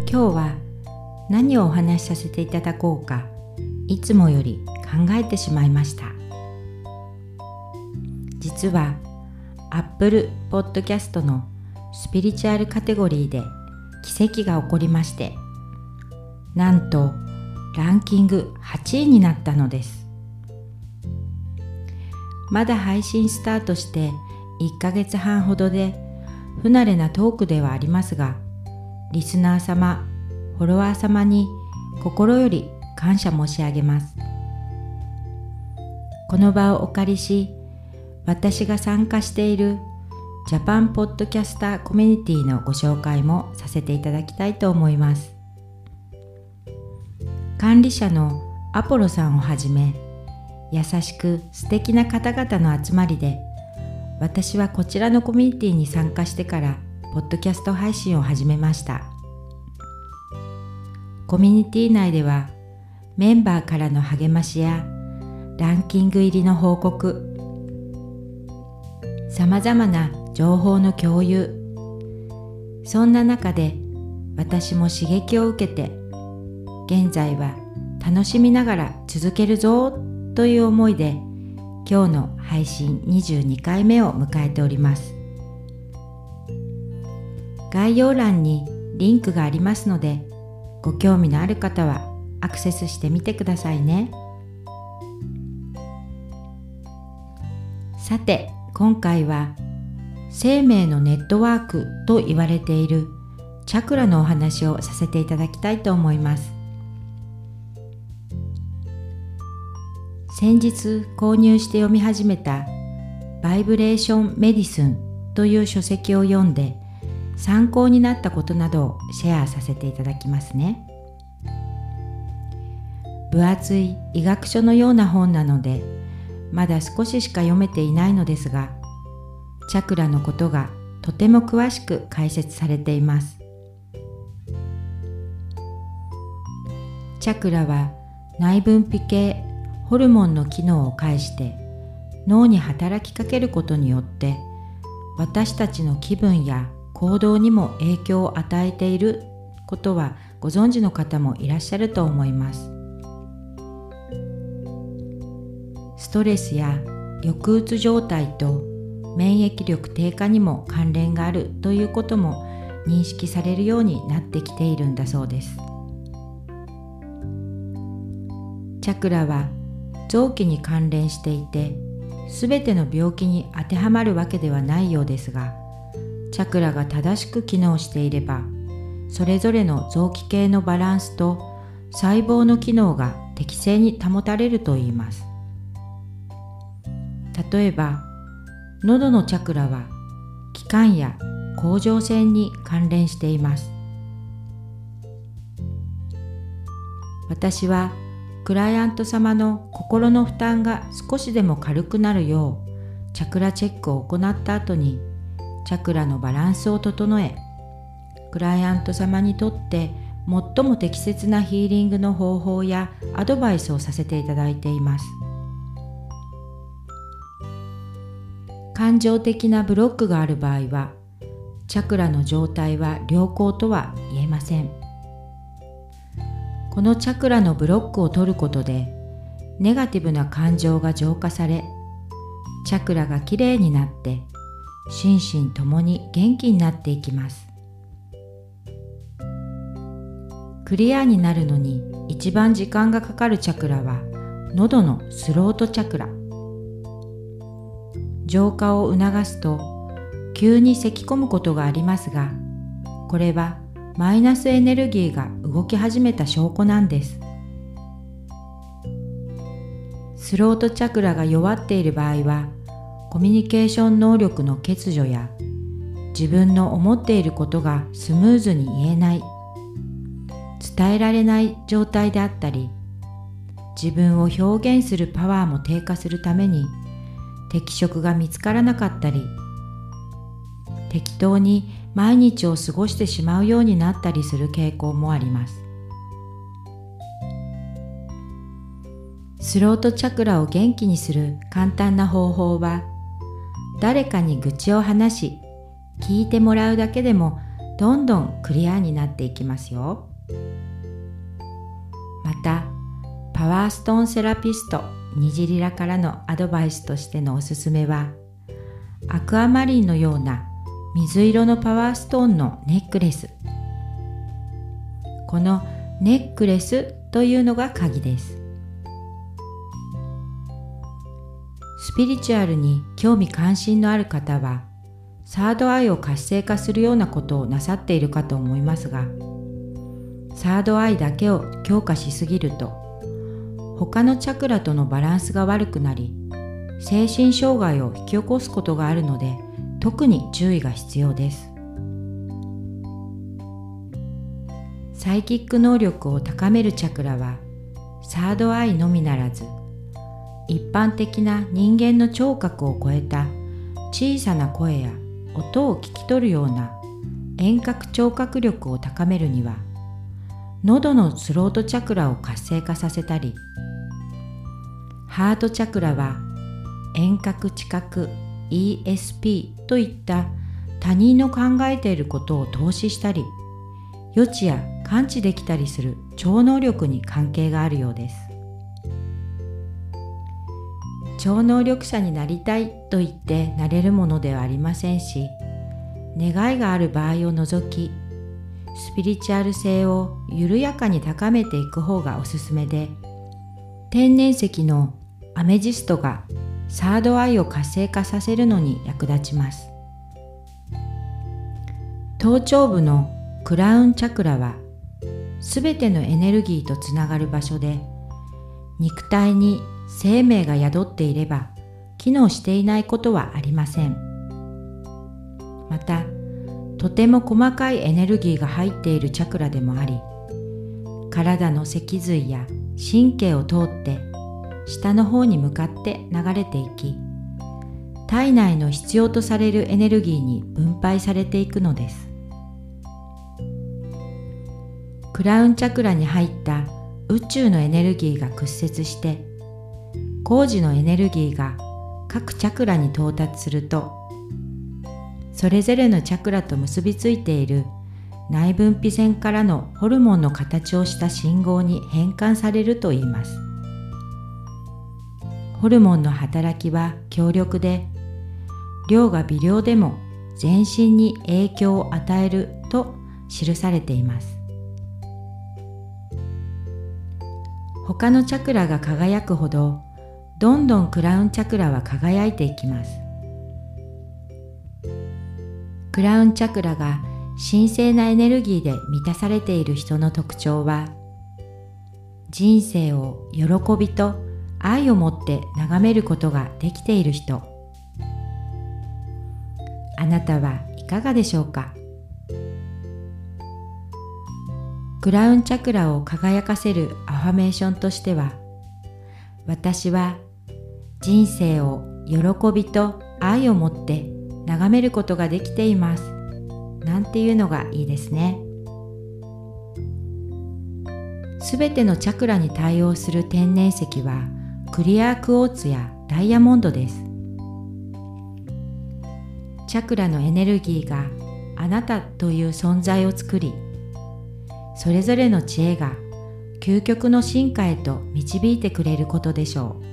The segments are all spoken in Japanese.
今日は何をお話しさせていただこうか、いつもより考えてしまいました。実は Apple Podcast のスピリチュアルカテゴリーで奇跡が起こりまして、なんとランキング8位になったのです。まだ配信スタートして1ヶ月半ほどで不慣れなトークではありますが、リスナー様、フォロワー様に心より感謝申し上げます。この場をお借りし、私が参加しているジャパンポッドキャスターコミュニティのご紹介もさせていただきたいと思います。管理者のアポロさんをはじめ、優しく素敵な方々の集まりで、私はこちらのコミュニティに参加してからポッドキャスト配信を始めました。コミュニティ内ではメンバーからの励ましやランキング入りの報告、さまざまな情報の共有、そんな中で私も刺激を受けて、現在は楽しみながら続けるぞという思いで今日の配信22回目を迎えております。概要欄にリンクがありますので、ご興味のある方はアクセスしてみてくださいね。さて、今回は生命のネットワークと言われているチャクラのお話をさせていただきたいと思います。先日購入して読み始めたバイブレーションメディスンという書籍を読んで参考になったことなどをシェアさせていただきますね。分厚い医学書のような本なのでまだ少ししか読めていないのですが、チャクラのことがとても詳しく解説されています。チャクラは内分泌系ホルモンの機能を介して脳に働きかけることによって私たちの気分や行動にも影響を与えていることはご存知の方もいらっしゃると思います。ストレスや抑うつ状態と免疫力低下にも関連があるということも認識されるようになってきているんだそうです。チャクラは臓器に関連していて、すべての病気に当てはまるわけではないようですが、チャクラが正しく機能していれば、それぞれの臓器系のバランスと細胞の機能が適正に保たれるといいます。例えば、喉のチャクラは気管や甲状腺に関連しています。私はクライアント様の心の負担が少しでも軽くなるようチャクラチェックを行った後にチャクラのバランスを整え、クライアント様にとって最も適切なヒーリングの方法やアドバイスをさせていただいています。感情的なブロックがある場合は、チャクラの状態は良好とは言えません。このチャクラのブロックを取ることで、ネガティブな感情が浄化され、チャクラがきれいになって、心身ともに元気になっていきます。クリアになるのに一番時間がかかるチャクラは、喉のスロートチャクラ。浄化を促すと急に咳き込むことがありますが、これはマイナスエネルギーが動き始めた証拠なんです。スロートチャクラが弱っている場合は、コミュニケーション能力の欠如や自分の思っていることがスムーズに言えない、伝えられない状態であったり、自分を表現するパワーも低下するために適職が見つからなかったり、適当に毎日を過ごしてしまうようになったりする傾向もあります。スロートチャクラを元気にする簡単な方法は、誰かに愚痴を話し、聞いてもらうだけでもどんどんクリアになっていきますよ。また、パワーストーンセラピストにじりらからのアドバイスとしてのおすすめは、アクアマリンのような水色のパワーストーンのネックレス。このネックレスというのが鍵です。スピリチュアルに興味関心のある方は、サードアイを活性化するようなことをなさっているかと思いますが、サードアイだけを強化しすぎると、他のチャクラとのバランスが悪くなり、精神障害を引き起こすことがあるので、特に注意が必要です。サイキック能力を高めるチャクラは、サードアイのみならず、一般的な人間の聴覚を超えた小さな声や音を聞き取るような遠隔聴覚力を高めるには、喉のスロートチャクラを活性化させたり、ハートチャクラは遠隔知覚 ESP といった他人の考えていることを透視したり、予知や感知できたりする超能力に関係があるようです。超能力者になりたいと言ってなれるものではありませんし、願いがある場合を除き、スピリチュアル性を緩やかに高めていく方がおすすめで、天然石のアメジストがサードアイを活性化させるのに役立ちます。頭頂部のクラウンチャクラは、すべてのエネルギーとつながる場所で、肉体に生命が宿っていれば機能していないことはありません。また、とても細かいエネルギーが入っているチャクラでもあり、体の脊髄や神経を通って下の方に向かって流れていき、体内の必要とされるエネルギーに分配されていくのです。クラウンチャクラに入った宇宙のエネルギーが屈折して、工事のエネルギーが各チャクラに到達すると、それぞれのチャクラと結びついている内分泌腺からのホルモンの形をした信号に変換されるといいます。ホルモンの働きは強力で、量が微量でも全身に影響を与えると記されています。他のチャクラが輝くほど、どんどんクラウンチャクラは輝いていきます。クラウンチャクラが神聖なエネルギーで満たされている人の特徴は、人生を喜びと愛を持って眺めることができている人。あなたはいかがでしょうか？クラウンチャクラを輝かせるアファメーションとしては、私は人生を喜びと愛を持って眺めることができています。なんていうのがいいですね。すべてのチャクラに対応する天然石はクリアクォーツやダイヤモンドです。チャクラのエネルギーがあなたという存在を作り、それぞれの知恵が究極の進化へと導いてくれることでしょう。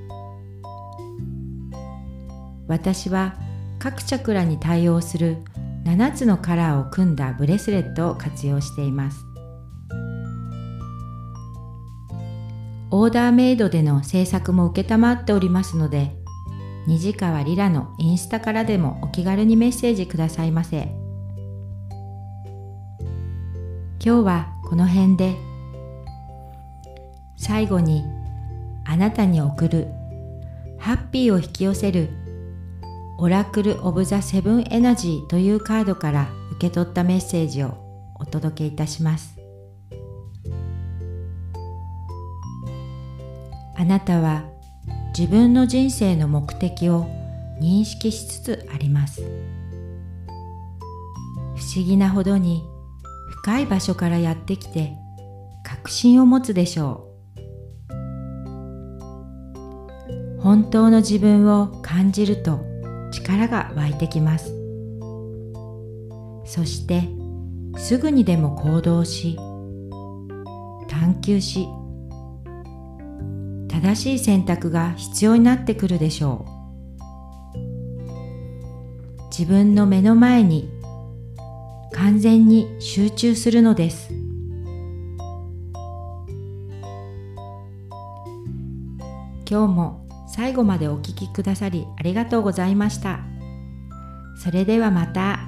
私は各チャクラに対応する7つのカラーを組んだブレスレットを活用しています。オーダーメイドでの制作も承っておりますので、虹川リラのインスタからでもお気軽にメッセージくださいませ。今日はこの辺で。最後に、あなたに送るハッピーを引き寄せるオラクル・オブ・ザ・セブン・エナジーというカードから受け取ったメッセージをお届けいたします。あなたは自分の人生の目的を認識しつつあります。不思議なほどに深い場所からやってきて確信を持つでしょう。本当の自分を感じると力が湧いてきます。そしてすぐにでも行動し、探求し、正しい選択が必要になってくるでしょう。自分の目の前に完全に集中するのです。今日も最後までお聞きくださりありがとうございました。それではまた。